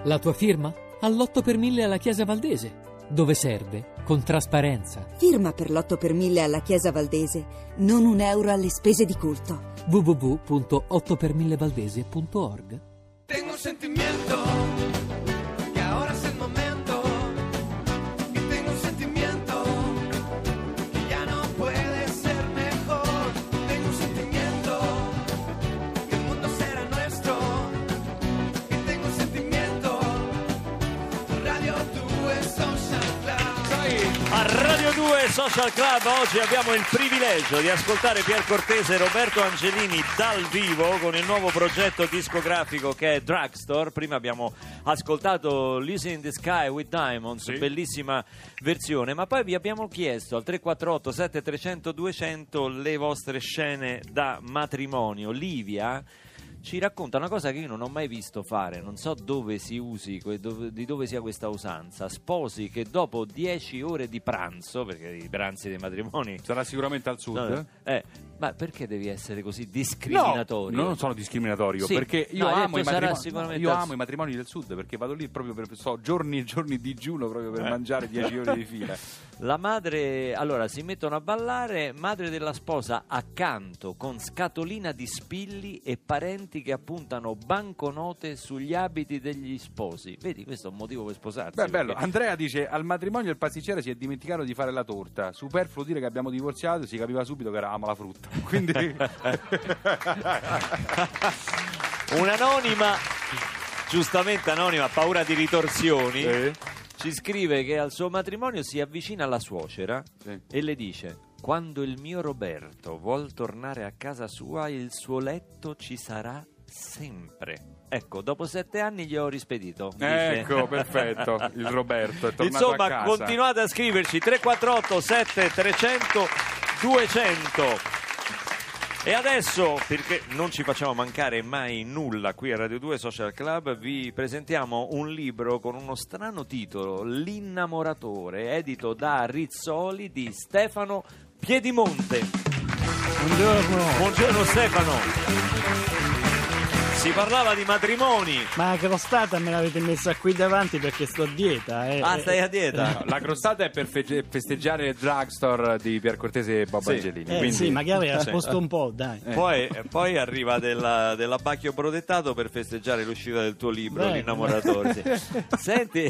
La tua firma? All'8 per 1000 alla Chiesa Valdese, dove serve con trasparenza. Firma per l'8 per 1000 alla Chiesa Valdese, non €1 alle spese di culto. www.8per1000valdese.org. Tengo un sentimiento que ahora es el momento. Y tengo un sentimiento que ya no puede ser mejor. Tengo un sentimiento que el mundo será nuestro. Y tengo un sentimiento Radio 2 Social Club. A Radio 2 Social Club oggi abbiamo il privilegio di ascoltare Pier Cortese e Roberto Angelini dal vivo con il nuovo progetto discografico che è Drugstore. Prima abbiamo ascoltato Losing in the Sky with Diamonds, sì, bellissima versione, ma poi vi abbiamo chiesto al 348 7300 200 le vostre scene da matrimonio. Livia ci racconta una cosa che io non ho mai visto fare, non so dove si usi, di dove sia questa usanza: sposi che dopo 10 ore di pranzo, perché i pranzi dei matrimoni sarà sicuramente al sud, ma perché devi essere così discriminatorio? No, non sono discriminatorio, sì, perché io amo i matrimoni del sud, perché vado lì proprio per giorni e giorni digiuno proprio per mangiare 10 ore di fila. La madre, allora si mettono a ballare, madre della sposa accanto con scatolina di spilli e parenti che appuntano banconote sugli abiti degli sposi. Vedi, questo è un motivo per sposarsi. Beh, bello. Andrea dice: al matrimonio il pasticcere si è dimenticato di fare la torta. Superfluo dire che abbiamo divorziato, si capiva subito che eravamo la frutta. Quindi un'anonima, giustamente anonima, paura di ritorsioni, ci scrive che al suo matrimonio si avvicina alla suocera e le dice: quando il mio Roberto vuol tornare a casa sua, il suo letto ci sarà sempre. Ecco, dopo 7 anni gli ho rispedito. Ecco, perfetto, il Roberto è tornato Insomma, a casa. continuate a scriverci 348 7300 200. E adesso, perché non ci facciamo mancare mai nulla qui a Radio 2 Social Club, vi presentiamo un libro con uno strano titolo, L'innamoratore, edito da Rizzoli di Stefano Piedimonte. Buongiorno Stefano. Si parlava di matrimoni. Ma la crostata me l'avete messa qui davanti perché sto a dieta. Stai a dieta? No, la crostata è per festeggiare il Drugstore di Pier Cortese e Bob Angelini. Quindi... Sì, magari ha sposto un po', dai. Poi arriva dell'abbacchio protettato per festeggiare l'uscita del tuo libro, L'innamoratore. Sì. Senti,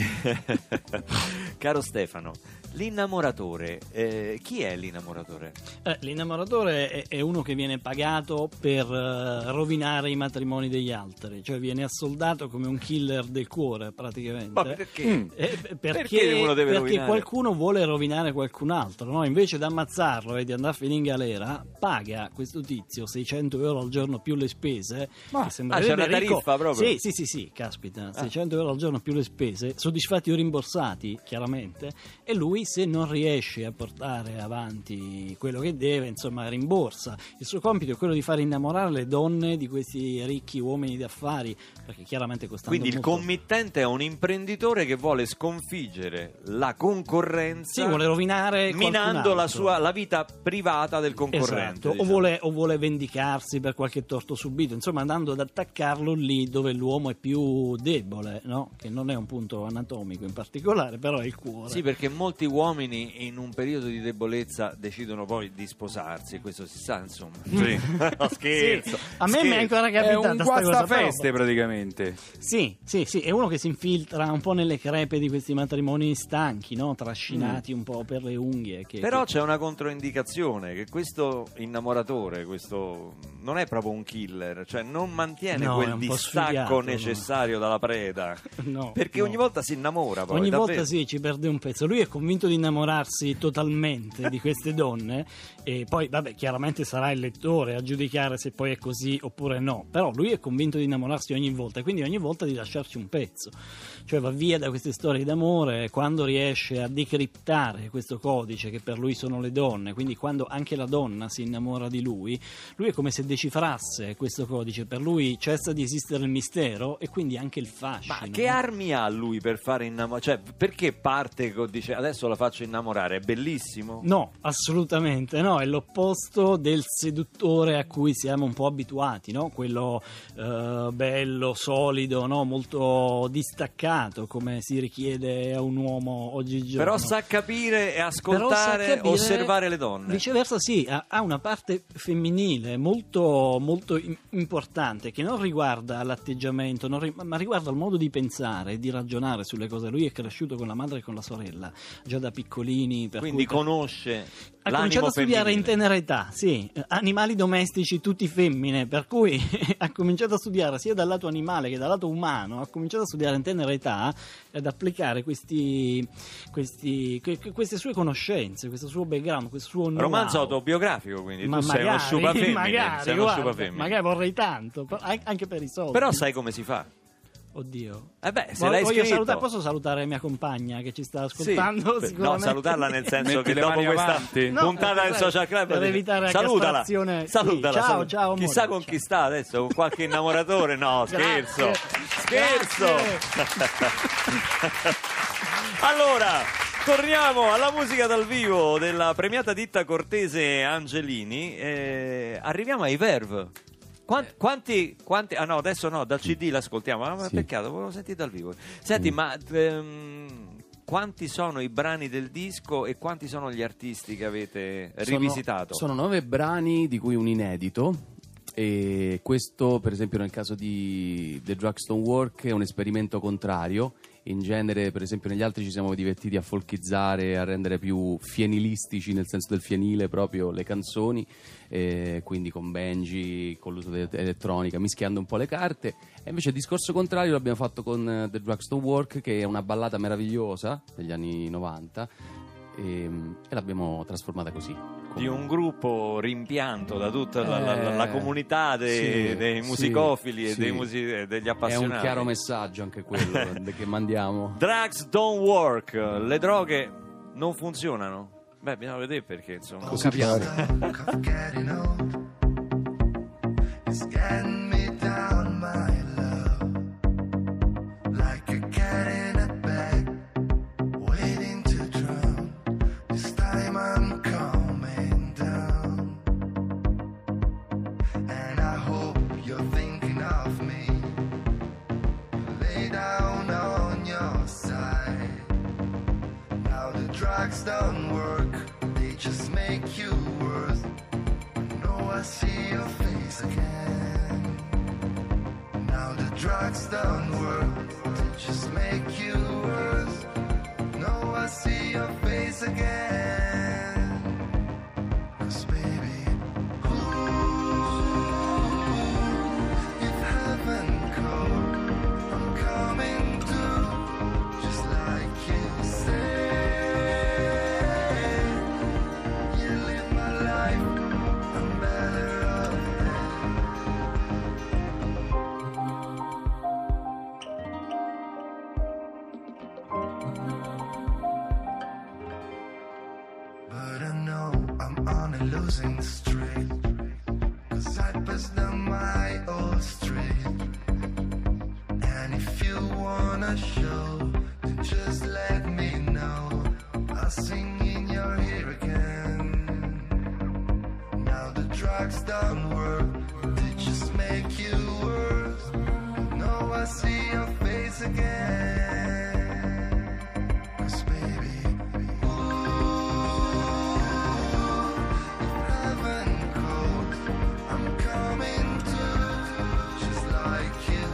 caro Stefano, l'innamoratore, chi è l'innamoratore? L'innamoratore è uno che viene pagato per rovinare i matrimoni degli altri, cioè viene assoldato come un killer del cuore praticamente. Ma perché? Perché uno deve perché rovinare? Qualcuno vuole rovinare qualcun altro, no? Invece di ammazzarlo e di andare a finire in galera, paga questo tizio 600 euro al giorno più le spese. Che sembra c'è una tariffa proprio? Sì, caspita, 600 euro al giorno più le spese, soddisfatti o rimborsati chiaramente, e lui, se non riesce a portare avanti quello che deve, insomma, rimborsa. Il suo compito è quello di far innamorare le donne di questi ricchi uomini d'affari, perché chiaramente costano Quindi molto. Il committente è un imprenditore che vuole sconfiggere la concorrenza, sì, vuole rovinare minando la vita privata del concorrente. Esatto, diciamo. o vuole vendicarsi per qualche torto subito, insomma andando ad attaccarlo lì dove l'uomo è più debole, no? Che non è un punto anatomico in particolare, però è il cuore. Sì, perché molti uomini in un periodo di debolezza decidono poi di sposarsi, questo si sa, insomma. Sì. No, scherzo. Sì. A me mi è ancora capitata è un guastafeste praticamente. Sì, è uno che si infiltra un po' nelle crepe di questi matrimoni stanchi, no? Trascinati un po' per le unghie. Però c'è una controindicazione, che questo innamoratore, questo non è proprio un killer, cioè non mantiene quel distacco necessario dalla preda, perché ogni volta si innamora poi, ogni davvero. volta ci perde un pezzo. Lui è convinto di innamorarsi totalmente di queste donne, e poi vabbè, chiaramente sarà il lettore a giudicare se poi è così oppure no, però lui è convinto di innamorarsi ogni volta, e quindi ogni volta di lasciarci un pezzo, cioè va via da queste storie d'amore. Quando riesce a decriptare questo codice che per lui sono le donne, quindi quando anche la donna si innamora di lui è come se decifrasse questo codice, per lui cessa di esistere il mistero e quindi anche il fascino. Ma che armi ha lui per fare innamorare? Cioè, perché parte dice adesso la faccio innamorare? È bellissimo? No, assolutamente no, è l'opposto del seduttore a cui siamo un po' abituati, no? Quello bello, solido, no? Molto distaccato, come si richiede a un uomo oggigiorno. Però sa capire e ascoltare, osservare le donne. Viceversa sì, ha una parte femminile molto, molto importante, che non riguarda l'atteggiamento, ma riguarda il modo di pensare e di ragionare sulle cose. Lui è cresciuto con la madre e con la sorella, già da piccolini. Quindi conosce ha l'animo cominciato a studiare femminile. in tenera età, sì, animali domestici tutti femmine, per cui ha cominciato a studiare sia dal lato animale che dal lato umano, ha cominciato a studiare in tenera età ed applicare queste sue conoscenze, questo suo background, questo suo know-how. Romanzo autobiografico, quindi Ma tu sei uno sciupa femmine, magari, sei uno guarda, sciupa femmine. magari vorrei tanto, anche per i soldi. Però sai come si fa? Oddio. Se l'hai scritto. Posso salutare mia compagna che ci sta ascoltando? Sì, Sicuramente. no, salutarla nel senso Metti che le dopo mani questa avanti. No, puntata del Social Club per evitare la salutala, castrazione. salutala, Sì, salutala. ciao, amore. Chissà con chi sta adesso, con qualche innamoratore? No, scherzo. Scherzo. Allora, torniamo alla musica dal vivo della premiata ditta Cortese Angelini. Arriviamo ai Verve. Quanti ah no, adesso no, dal CD l'ascoltiamo. Ma Sì. peccato, volevo sentire dal vivo. Senti, ma quanti sono i brani del disco e quanti sono gli artisti che avete rivisitato? Sono 9 brani, di cui un inedito. E questo, per esempio, nel caso di The Drugstone Work, è un esperimento contrario. In genere, per esempio, negli altri ci siamo divertiti a folchizzare, a rendere più fienilistici, nel senso del fienile, proprio le canzoni, quindi con Benji, con l'uso dell'elettronica, mischiando un po' le carte. E invece il discorso contrario l'abbiamo fatto con The Drugstone Work, che è una ballata meravigliosa degli anni 90, e l'abbiamo trasformata così. Di un gruppo rimpianto da tutta la comunità sì, dei musicofili e sì. degli È appassionati. un chiaro messaggio anche quello che mandiamo. Drugs don't work, le droghe non funzionano. Beh, bisogna vedere perché, insomma. Lo capiamo. of getting old. It's getting me down, my love. Like a cat in a bag, waiting to drown. This time I'm coming down. And I hope you're thinking of me. Lay down on your side. Now the drugs don't work, they just make you worse. No, I see your face again. Now the drugs don't work, they just make you worse. No, I see your face again. 'Cause baby, if heaven cold, I'm coming to, just like you said. You live my life, I'm better off but I know I'm on a losing streak, 'cause I passed down my old street. And if you wanna show, then just let me know. I'll sing in your ear again. Now the drugs don't work, they just make you worse. No, I see your face again. 'Cause baby, heaven cold, I'm coming to, just like you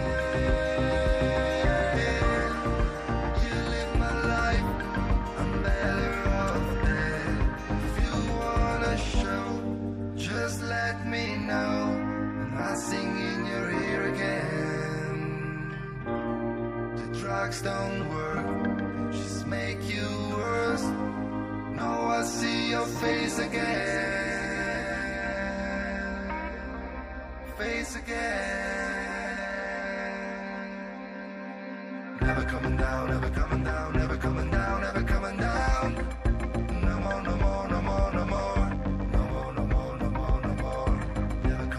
said. You live my life, I'm better off dead. If you wanna show, just let me know, and I'll sing in your ear again. The drugs don't work, just make you worse. No, I see your face again. Face again. Never coming down, never coming down, never coming down, never coming down. No more, no more, no more, no more. No more, no more, no more, no more. Never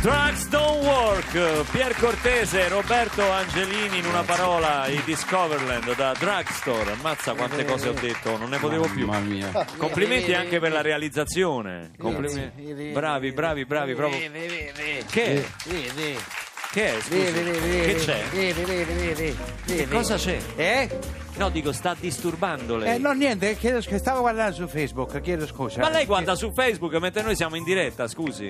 Drugs Don't Work, Pier Cortese, Roberto Angelini, in una parola, i Discoverland da Drugstore. Ammazza quante cose ho detto, non ne potevo più. Mamma mia. Complimenti anche per la realizzazione. Complimenti. Bravi, proprio. Che? Che è? Scusi. Che c'è? Che cosa c'è? No, dico, sta disturbando lei. No, niente, chiedo che stavo guardando su Facebook, chiedo scusa. Ma lei guarda su Facebook mentre noi siamo in diretta, scusi.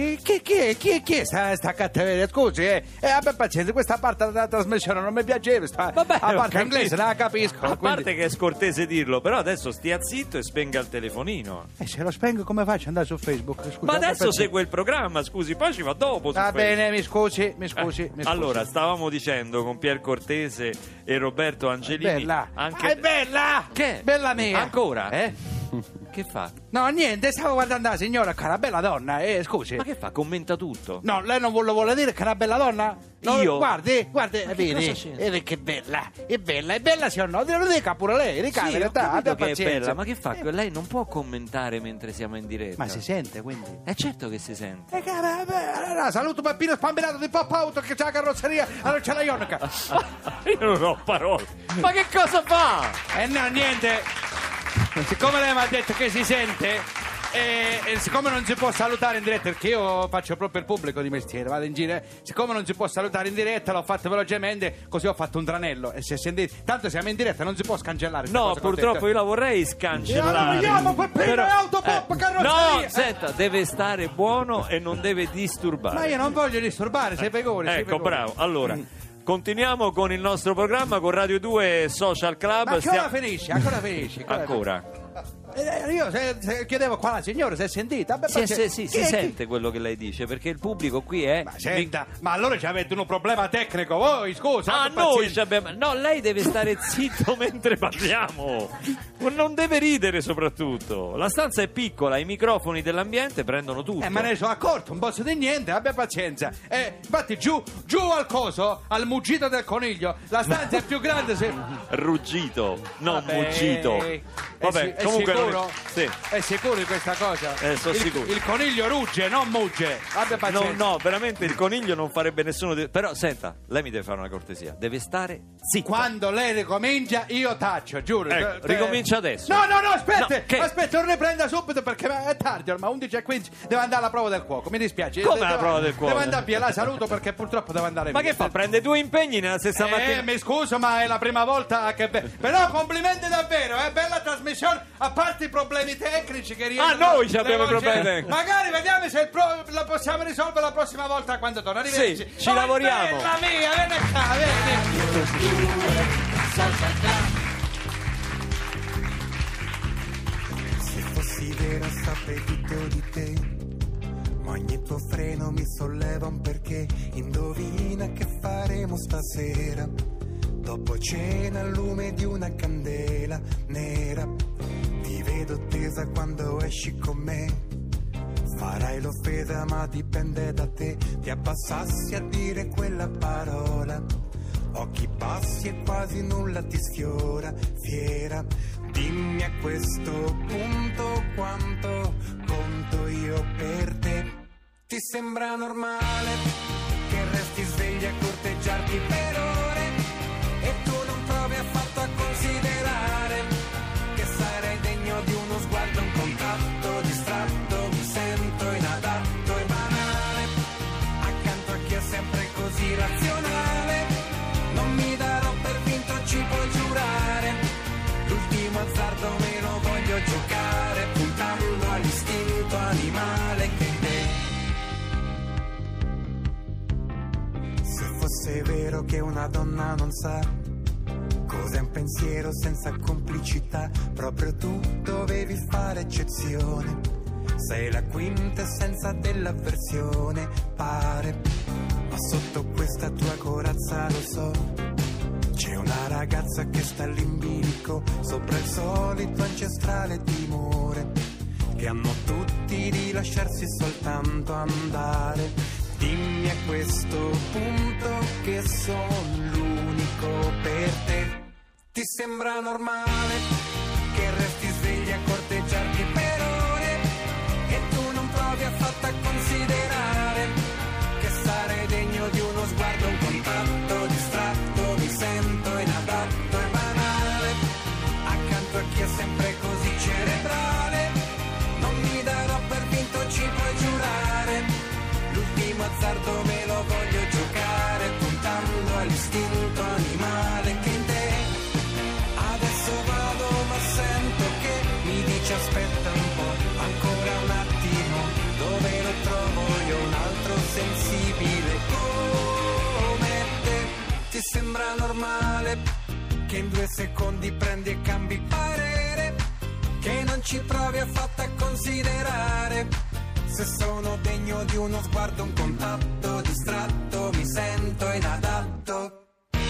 Chi è sta cattiveria? Scusi, abbi pazienza, questa parte della trasmissione non mi piaceva, Vabbè, a ho parte capito. inglese non la capisco. A quindi- parte che è scortese dirlo, però adesso stia zitto e spenga il telefonino. se lo spengo come faccio ad andare su Facebook? Scusa, Ma abbi adesso pazienza. segue il programma, scusi, poi ci va dopo. su Va Facebook. bene, mi scusi. Allora, stavamo dicendo con Pier Cortese e Roberto Angelini. Bella. Anche... È bella! Che? Bella mia! Ancora? Che fa? No, niente, stavo guardando la signora, che è una bella donna, scusi. Ma che fa? Commenta tutto. No, lei non vuole dire che è una bella donna? No, Io? Guardi, cosa vedi c'è? che bella, è bella sì o no? Lo dica pure lei, Sì, in ho realtà, capito abbia che è pazienza. bella, ma che fa? Lei non può commentare mentre siamo in diretta. Ma si sente, quindi? È certo che si sente. Cara, saluto Peppino Spambinato di Pop Auto che c'è la carrozzeria, allora c'è la Ionica. Io non ho parole. Ma che cosa fa? No, niente. Siccome lei mi ha detto che si sente, e siccome non si può salutare in diretta, perché io faccio proprio il pubblico di mestiere, vado in giro, siccome non si può salutare in diretta, l'ho fatto velocemente, così ho fatto un tranello. E se sentite, tanto siamo in diretta, non si può scancellare. No, purtroppo io la vorrei scancellare. Andiamo, Peppino, Però- Autopop, carrozzeria. No, senta, deve stare buono e non deve disturbare. Ma io non voglio disturbare, sei pegone. Ecco, bravo. Allora, continuiamo con il nostro programma con Radio 2 Social Club. Ma che ora finisce? Ancora finisce? Ancora. Io se chiedevo qua alla signora se è sentita. Beh, Si sente quello che lei dice, perché il pubblico qui è... Ma senta, ma allora ci avete un problema tecnico voi, scusa. Ah, noi ci abbiamo... No, lei deve stare zitto mentre parliamo. Non deve ridere soprattutto. La stanza è piccola, i microfoni dell'ambiente prendono tutto. Ma ne sono accorto, un bozzo di niente, abbia pazienza. Infatti giù al coso, al muggito del coniglio, la stanza è più grande se... Ruggito, non Vabbè, muggito. Vabbè, è comunque... sicuro? Sì. È sicuro di questa cosa? Sono sicuro. Il coniglio rugge, non mugge. Abbia pazienza. No, veramente il coniglio non farebbe nessuno... Però, senta, lei mi deve fare una cortesia. Deve stare zitto. Quando lei ricomincia, io taccio, giuro. Ecco, ricomincia adesso. No, aspetta, No, che? aspetta, non riprenda subito perché è tardi ormai, 11:15, devo andare alla prova del cuoco, mi dispiace. Come alla prova del cuoco? Devo andare via, la saluto perché purtroppo devo andare Ma via. che fa? Prende due impegni nella stessa mattina? Mi scuso, ma è la prima volta che... Però complimenti davvero, bella trasmissione, a parte i problemi tecnici che riescono... noi ci abbiamo i problemi tecnici. Magari vediamo se la possiamo risolvere la prossima volta quando torna. Arrivederci. Sì, ci lavoriamo. Bella mia, vieni qua, vieni. Se fossi vero saprei tutto di te, ma ogni tuo freno mi solleva un perché. Indovina che faremo stasera, dopo cena al lume di una candela nera. Ti vedo tesa quando esci con me, farai l'offesa ma dipende da te. Ti abbassassi a dire quella parola, occhi bassi e quasi nulla ti sfiora, fiera. Dimmi a questo punto quanto conto io per te. Ti sembra normale che resti svegli a corteggiarti per ore e tu non provi affatto a considerare che sarei degno di uno sguardo, un contatto distratto. Mi sento inadatto e banale accanto a chi è sempre così razionale. Non mi darò per vinto, ci puoi giurare. L'ultimo azzardo me lo voglio giocare, puntando all'istinto animale che in te. Se fosse vero che una donna non sa cos'è un pensiero senza complicità, proprio tu dovevi fare eccezione. Sei la quintessenza dell'avversione, pare. Ma sotto questa tua corazza lo so, c'è una ragazza che sta lì in bilico, sopra il solito ancestrale timore che hanno tutti di lasciarsi soltanto andare. Dimmi a questo punto che sono l'unico per te. Ti sembra normale che resti svegli a corteggiarti per ore e tu non provi affatto a considerare chi è sempre così cerebrale. Non mi darò per vinto, ci puoi giurare. L'ultimo azzardo me lo voglio giocare, puntando all'istinto animale che in te. Adesso vado ma sento che mi dice aspetta un po', ancora un attimo, dove lo trovo io un altro sensibile come te? Ti sembra normale che in 2 secondi prendi e cambi parere, che non ci provi affatto a considerare se sono degno di uno sguardo, un contatto distratto, mi sento inadatto.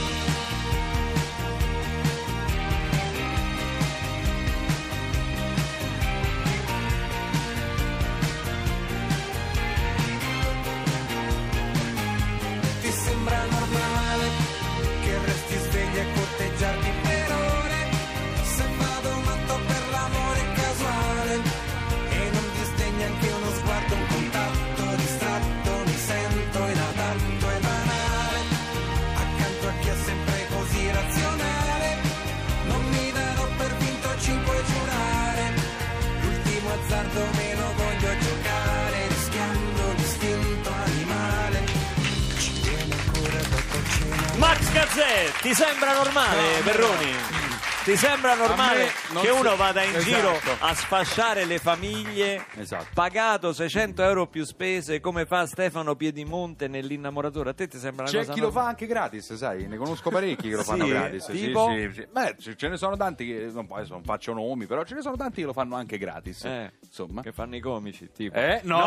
Ti sembra normale che resti sveglia e corteggiarmi per ore, se vado matto per l'amore casuale e non disdegni anche uno sguardo, un contatto distratto, mi sento inadatto e banale, accanto a chi è sempre così razionale. Non mi darò per vinto, ci puoi giurare, l'ultimo azzardo me lo voglio giocare, rischiando l'istinto animale. Ci viene ancora dopo cena. Max Gazzè, ti sembra normale, Perroni? Ti sembra normale non che uno si- vada in giro Esatto. a sfasciare le famiglie, Esatto. pagato 600 euro più spese, come fa Stefano Piedimonte nell'Innamoratore? A te ti sembra una C'è cosa chi lo normale? fa anche gratis, sai, ne conosco parecchi che lo Sì, fanno gratis. tipo? Sì. Beh, ce ne sono tanti che adesso non faccio nomi, però ce ne sono tanti che lo fanno anche gratis. Insomma. Che fanno i comici, tipo.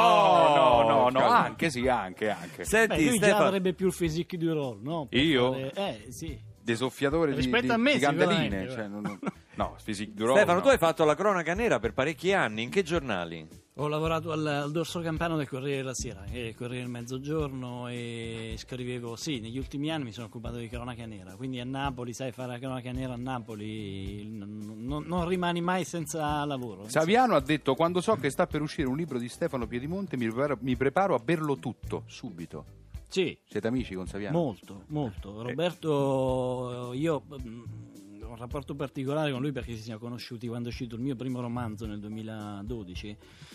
No, scusa. anche sì, anche. Senti, Beh, lui già Stefano, avrebbe più il physique du rôle, no? Per Io? sì. Dei soffiatori Rispetto a me, di candeline. sicuramente, Cioè, no, physique du Stefano, no. tu hai fatto la cronaca nera per parecchi anni, in che giornali? Ho lavorato al dorso campano del Corriere della Sera e Corriere del Mezzogiorno e scrivevo, sì, negli ultimi anni mi sono occupato di cronaca nera, quindi a Napoli, sai, fare la cronaca nera a Napoli non rimani mai senza lavoro. Saviano ha detto: quando so che sta per uscire un libro di Stefano Piedimonte mi preparo a berlo tutto, subito. Sì, Siete amici con Saviano? molto. Roberto, io ho un rapporto particolare con lui perché ci siamo conosciuti quando è uscito il mio primo romanzo nel 2012,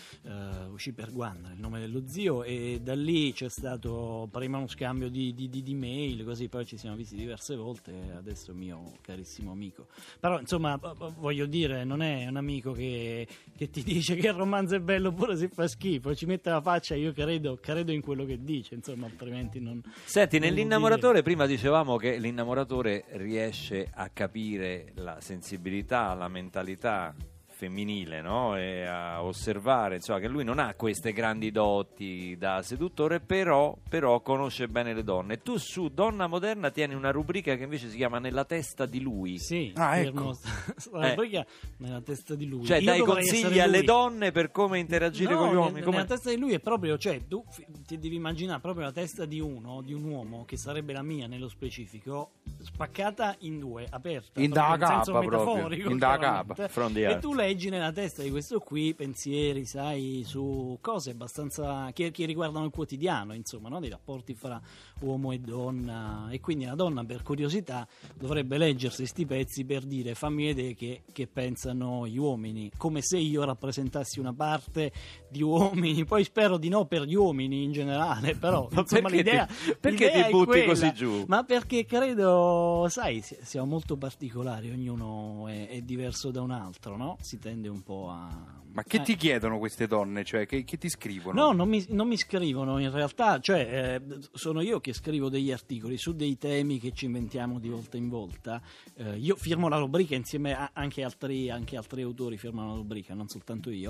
uscì per Guanda, Il nome dello zio, e da lì c'è stato prima uno scambio di mail, così poi ci siamo visti diverse volte e adesso è mio carissimo amico. Però insomma voglio dire, non è un amico che ti dice che il romanzo è bello oppure se fa schifo, ci mette la faccia, io credo in quello che dice, insomma, altrimenti non... Senti, non nell'Innamoratore prima dicevamo che l'innamoratore riesce a capire la sensibilità, la mentalità femminile, no? E a osservare, insomma, che lui non ha queste grandi doti da seduttore, però conosce bene le donne. Tu su Donna Moderna tieni una rubrica che invece si chiama Nella testa di lui. Sì, ecco. la rubrica nella testa di lui. Cioè, Io dai dovrei consigli essere alle lui. donne per come interagire No, con gli uomini. nella testa di lui è proprio, cioè, tu ti devi immaginare proprio la testa di un uomo, che sarebbe la mia nello specifico, spaccata in due, aperta. In da proprio, capa senso proprio, metaforico, in da chiaramente. capa, from the E heart. tu leggi nella testa di questo qui pensieri, sai, su cose abbastanza che riguardano il quotidiano, insomma, no? Dei rapporti fra uomo e donna, e quindi la donna, per curiosità, dovrebbe leggersi sti pezzi per dire: fammi vedere che pensano gli uomini, come se io rappresentassi una parte di uomini. Poi spero di no per gli uomini in generale, però Ma insomma perché l'idea ti è butti quella. così giù? Ma perché credo, sai, siamo molto particolari, ognuno è diverso da un altro, no? Si tende un po' a... Ma che ti chiedono queste donne? Cioè, che ti scrivono? No, non mi scrivono in realtà, cioè sono io che scrivo degli articoli su dei temi che ci inventiamo di volta in volta. Io firmo la rubrica insieme a anche altri autori firmano la rubrica, non soltanto io,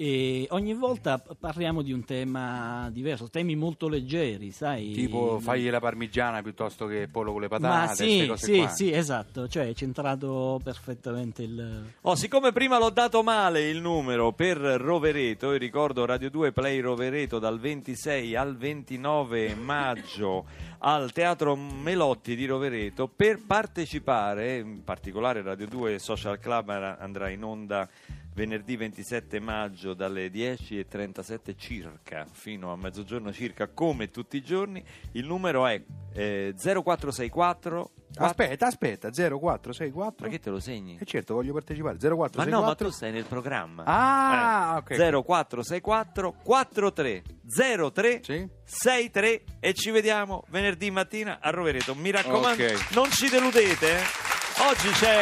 e ogni volta parliamo di un tema diverso, temi molto leggeri, sai? Tipo fagli la parmigiana piuttosto che pollo con le patate, Ma queste sì, cose sì, qua. sì, esatto, cioè è centrato perfettamente il... Oh, siccome prima l'ho dato male il numero per Rovereto, io ricordo Radio 2 Play Rovereto dal 26 al 29 maggio al Teatro Melotti di Rovereto. Per partecipare, in particolare Radio 2 Social Club andrà in onda venerdì 27 maggio dalle 10:37 circa fino a mezzogiorno circa, come tutti i giorni. Il numero è 0464 Aspetta, 0464. Ma che te lo segni? E certo, voglio partecipare. 0464. Ma no, ma tu stai nel programma. Ok. 0464 43 03 Sì? 63 e ci vediamo venerdì mattina a Rovereto. Mi raccomando, Ok. non ci deludete. Oggi c'è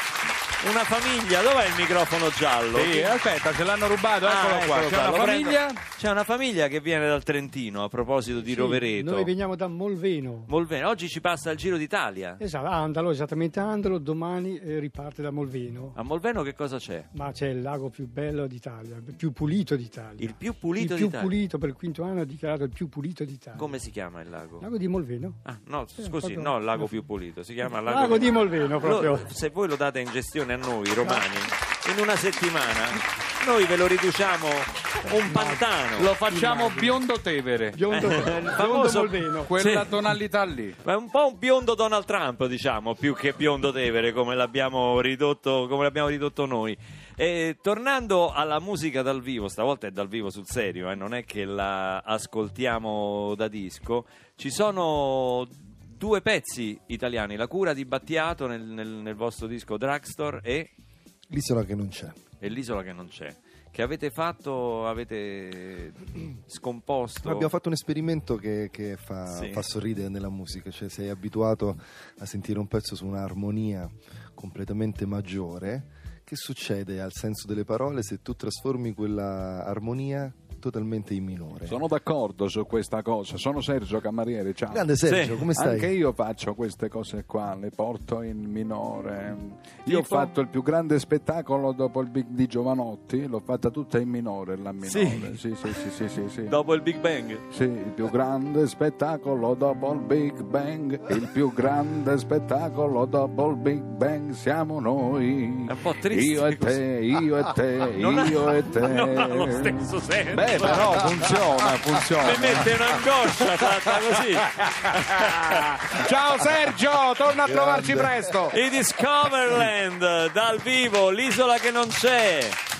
una famiglia. Dov'è il microfono giallo? Sì, aspetta, ce l'hanno rubato, eccolo qua. eccolo C'è qua, una lo famiglia. prendo. C'è una famiglia che viene dal Trentino a proposito di Rovereto. Noi veniamo da Molveno. Molveno. Oggi ci passa il Giro d'Italia. Esatto, Andalo, esattamente Andalo, domani riparte da Molveno. A Molveno che cosa c'è? Ma c'è il lago più bello d'Italia, il più pulito d'Italia. Il più pulito Il più d'Italia. pulito, per il quinto anno ha dichiarato il più pulito d'Italia. Come si chiama il lago? Lago di Molveno. Ah, no, scusi, proprio- no, il lago più pulito, si chiama Lago di Molveno, proprio. Se voi lo date in gestione a noi romani, in una settimana noi ve lo riduciamo un pantano. Lo facciamo biondo Tevere. Biondo, il biondo famoso- Molveno. Quella Sì. tonalità lì. Ma è un po' un biondo Donald Trump, diciamo, più che biondo Tevere, come l'abbiamo ridotto noi. E tornando alla musica dal vivo, stavolta è dal vivo sul serio, non è che la ascoltiamo da disco. Ci sono due pezzi italiani, La cura di Battiato nel vostro disco Drugstore e L'isola che non c'è. L'isola che non c'è. Che avete fatto, avete scomposto? Abbiamo fatto un esperimento che fa Sì. sorridere nella musica, cioè sei abituato a sentire un pezzo su un'armonia completamente maggiore. Che succede al senso delle parole se tu trasformi quella armonia totalmente in minore? Sono d'accordo su questa cosa. Sono Sergio Camariere, ciao. Grande Sergio, Sì. come stai? Anche io faccio queste cose qua, le porto in minore. Io ho Tipo? fatto il più grande spettacolo dopo il Big di Giovanotti, l'ho fatta tutta in minore, la minore. Sì. Dopo il Big Bang? Sì, il più grande spettacolo dopo il Big Bang, il più grande spettacolo dopo il Big Bang siamo noi. È un po' triste Io e così. te, io e te, Non ha- io e te. Non ha lo stesso senso. Beh, però funziona. Mi mette un'angoscia fatta così. Ciao Sergio, torna a trovarci presto. I Discoverland dal vivo, l'isola che non c'è.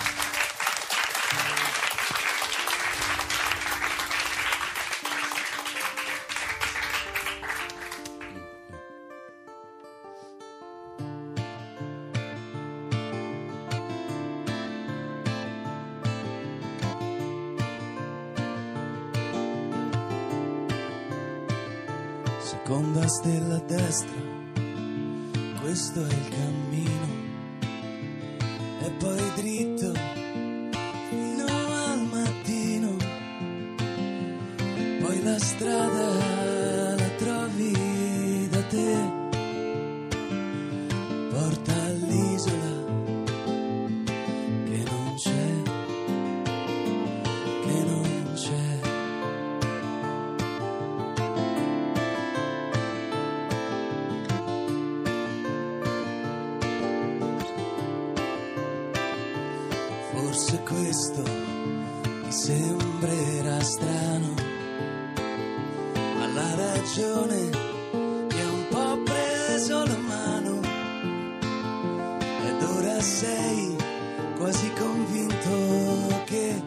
Seconda stella a destra, questo è il cammino, e poi dritto fino al mattino, poi la strada la trovi da te, porta all'isola che non c'è, che non c'è. Forse questo mi sembrerà strano, ma la ragione mi ha un po' preso la mano, ed ora sei quasi convinto che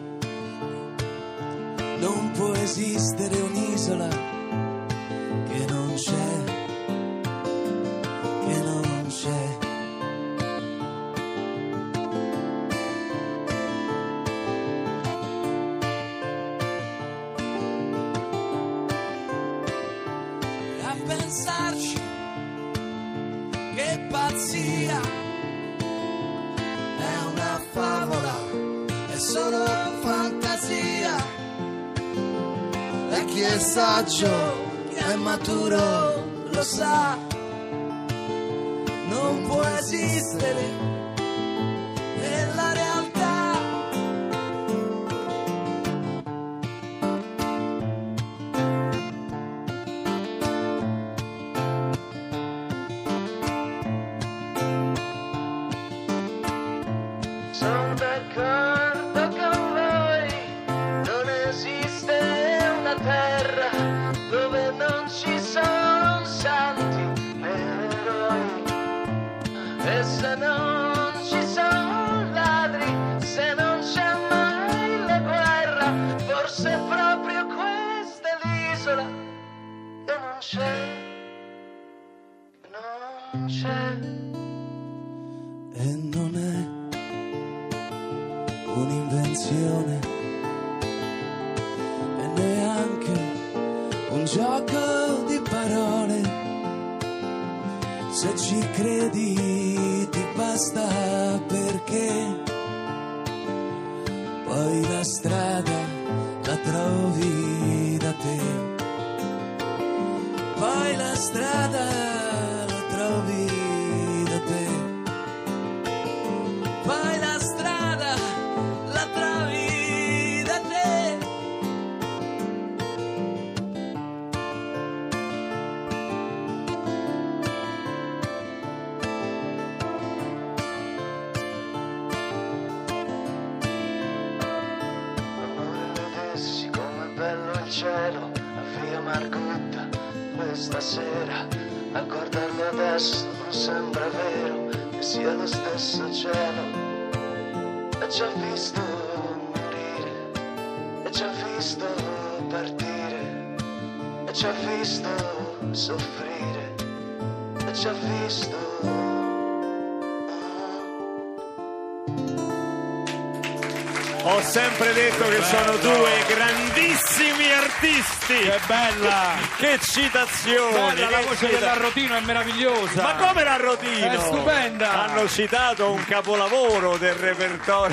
non può esistere un'isola che non c'è, che non c'è. A pensarci, che pazzia, è una favola, è solo fantasia, e chi è saggio, chi è maturo, lo sa, non può esistere nella realtà. Sono d'accordo con voi, non esiste una terra dove non ci sono santi né eroi, e se non ci sono ladri, se non c'è mai la guerra, forse proprio questa è l'isola che non c'è, che non c'è e non è un'invenzione e neanche un gioco di parole. Se ci credi ti basta, perché poi la strada la trovi da te. Poi la strada la trovi da te. Poi la strada la trovi da te. Vedessi com'è bello il cielo a via Margutta questa sera, a guardarlo adesso non sembra vero che sia lo stesso cielo. E ci ha visto morire, e ci ha visto partire, e ci ha visto soffrire, e ci ha visto. Ho sempre detto che sono due grandissimi artisti. Che bella! Che citazione! Bella, la voce dell'Arrotino è meravigliosa. Ma come l'Arrotino? È stupenda! Hanno citato un capolavoro del repertorio.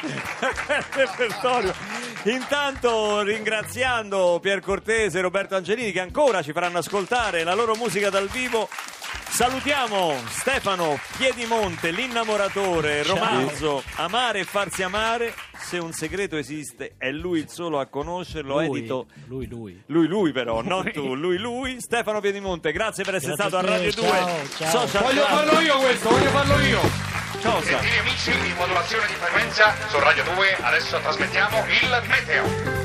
Intanto, ringraziando Pier Cortese e Roberto Angelini, che ancora ci faranno ascoltare la loro musica dal vivo, salutiamo Stefano Piedimonte, l'innamoratore, romanzo Amare e farsi amare. Se un segreto esiste è lui il solo a conoscerlo. Edito lui però, non tu, lui. Stefano Piedimonte, grazie per essere stato a Radio 2 Social Voglio Club. farlo io questo, voglio farlo io. Cosa? Gentili amici di modulazione di frequenza su Radio 2, adesso trasmettiamo il meteo.